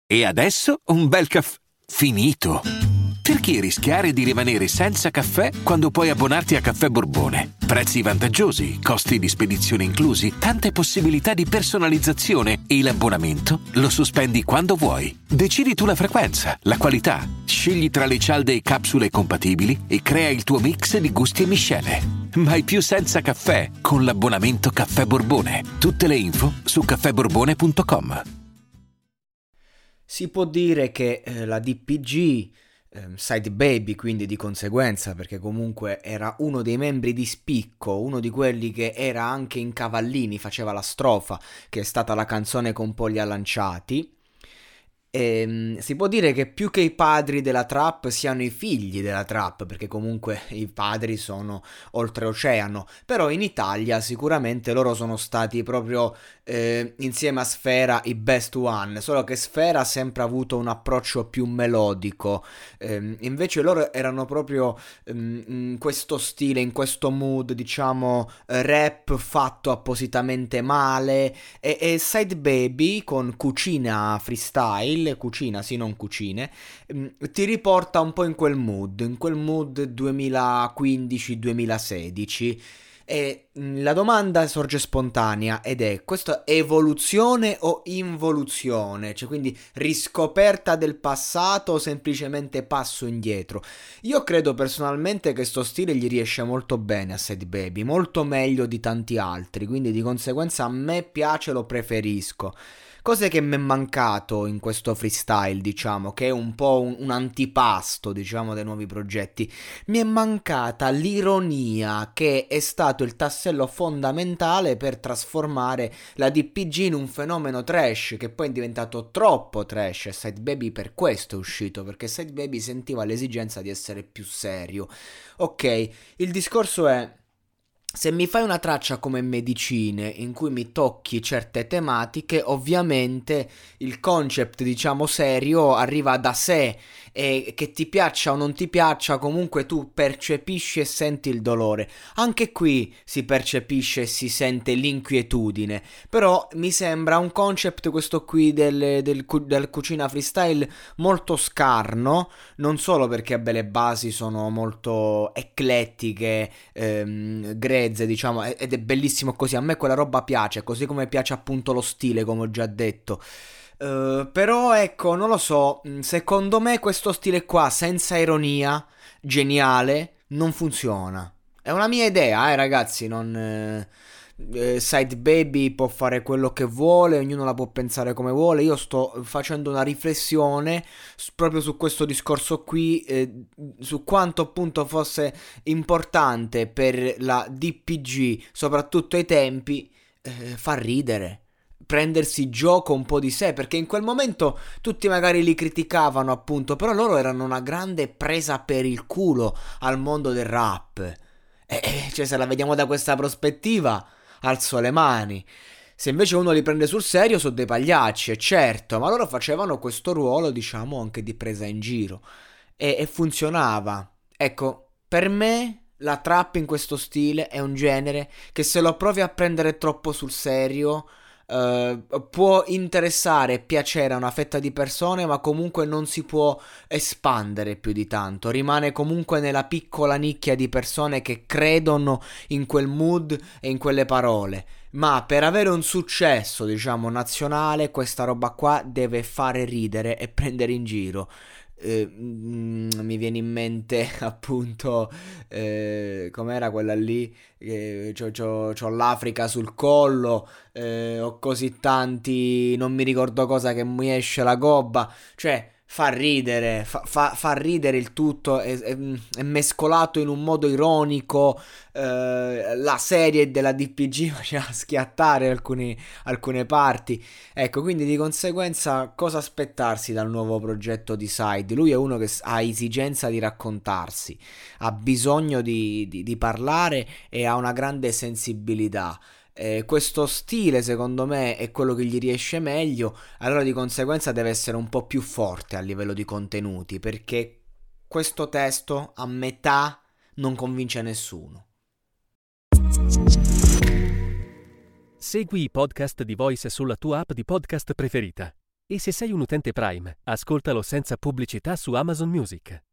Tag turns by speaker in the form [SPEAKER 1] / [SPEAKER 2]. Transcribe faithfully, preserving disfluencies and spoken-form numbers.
[SPEAKER 1] E adesso un bel caffè finito. Perché rischiare di rimanere senza caffè quando puoi abbonarti a Caffè Borbone? Prezzi vantaggiosi, costi di spedizione inclusi, tante possibilità di personalizzazione e l'abbonamento lo sospendi quando vuoi. Decidi tu la frequenza, la qualità, scegli tra le cialde e capsule compatibili e crea il tuo mix di gusti e miscele. Mai più senza caffè con l'abbonamento Caffè Borbone. Tutte le info su caffè borbone punto com.
[SPEAKER 2] Si può dire che eh, la D P G, eh, Side Baby quindi di conseguenza, perché comunque era uno dei membri di spicco, uno di quelli che era anche in Cavallini, faceva la strofa, che è stata la canzone con Poglia Lanciati. E, si può dire che più che i padri della trap siano i figli della trap, perché comunque i padri sono oltreoceano, però in Italia sicuramente loro sono stati proprio eh, insieme a Sfera i best one, solo che Sfera ha sempre avuto un approccio più melodico, eh, invece loro erano proprio eh, in questo stile, in questo mood, diciamo eh, rap fatto appositamente male, e, e Side Baby con Cucina Freestyle, cucina, sì, non cucine, ti riporta un po' in quel mood, in quel mood duemilaquindici duemilasedici. E la domanda sorge spontanea ed è: questa è evoluzione o involuzione? Cioè, quindi riscoperta del passato o semplicemente passo indietro? Io credo personalmente che sto stile gli riesce molto bene a Side Baby, molto meglio di tanti altri, quindi di conseguenza a me piace, lo preferisco. Cos'è che mi è mancato in questo freestyle, diciamo, che è un po' un, un antipasto, diciamo, dei nuovi progetti? Mi è mancata l'ironia, che è stato il tassello fondamentale per trasformare la D P G in un fenomeno trash, che poi è diventato troppo trash, e Side Baby per questo è uscito, perché Side Baby sentiva l'esigenza di essere più serio. Ok, il discorso è: se mi fai una traccia come Medicine in cui mi tocchi certe tematiche, ovviamente il concept, diciamo, serio arriva da sé, e che ti piaccia o non ti piaccia, comunque tu percepisci e senti il dolore. Anche qui si percepisce e si sente l'inquietudine, però mi sembra un concept, questo qui del, del, del cucina freestyle, molto scarno, non solo perché beh, le basi sono molto eclettiche, ehm, grezze, diciamo, ed è bellissimo così. A me quella roba piace, così come piace appunto lo stile, come ho già detto. Uh, però ecco, non lo so, secondo me questo stile qua, senza ironia, geniale, non funziona. È una mia idea, eh ragazzi, non... Eh... Side Baby può fare quello che vuole, ognuno la può pensare come vuole. Io sto facendo una riflessione proprio su questo discorso qui, eh, su quanto appunto fosse importante per la D P G, soprattutto ai tempi, eh, far ridere, prendersi gioco un po' di sé, perché in quel momento tutti magari li criticavano appunto, però loro erano una grande presa per il culo al mondo del rap. E, cioè, se la vediamo da questa prospettiva, alzo le mani. Se invece uno li prende sul serio, sono dei pagliacci, e certo, ma loro facevano questo ruolo, diciamo, anche di presa in giro, e, e funzionava. Ecco, per me la trap in questo stile è un genere che, se lo provi a prendere troppo sul serio, Uh, può interessare e piacere a una fetta di persone, ma comunque non si può espandere più di tanto, rimane comunque nella piccola nicchia di persone che credono in quel mood e in quelle parole. Ma per avere un successo, diciamo, nazionale, questa roba qua deve fare ridere e prendere in giro. Eh, mm, mi viene in mente appunto eh, com'era quella lì, eh, c'ho, c'ho, c'ho l'Africa sul collo, eh, ho così tanti, non mi ricordo cosa, che mi esce la gobba. Cioè fa ridere, fa, fa, fa ridere il tutto, è, è, è mescolato in un modo ironico. Eh, la serie della D P G faceva schiattare alcuni, alcune parti. Ecco, quindi di conseguenza cosa aspettarsi dal nuovo progetto di Side? Lui è uno che ha esigenza di raccontarsi, ha bisogno di, di, di parlare, e ha una grande sensibilità. Eh, questo stile secondo me è quello che gli riesce meglio, allora di conseguenza deve essere un po' più forte a livello di contenuti, perché questo testo a metà non convince nessuno.
[SPEAKER 3] Segui i podcast di Voice sulla tua app di podcast preferita. E se sei un utente Prime, ascoltalo senza pubblicità su Amazon Music.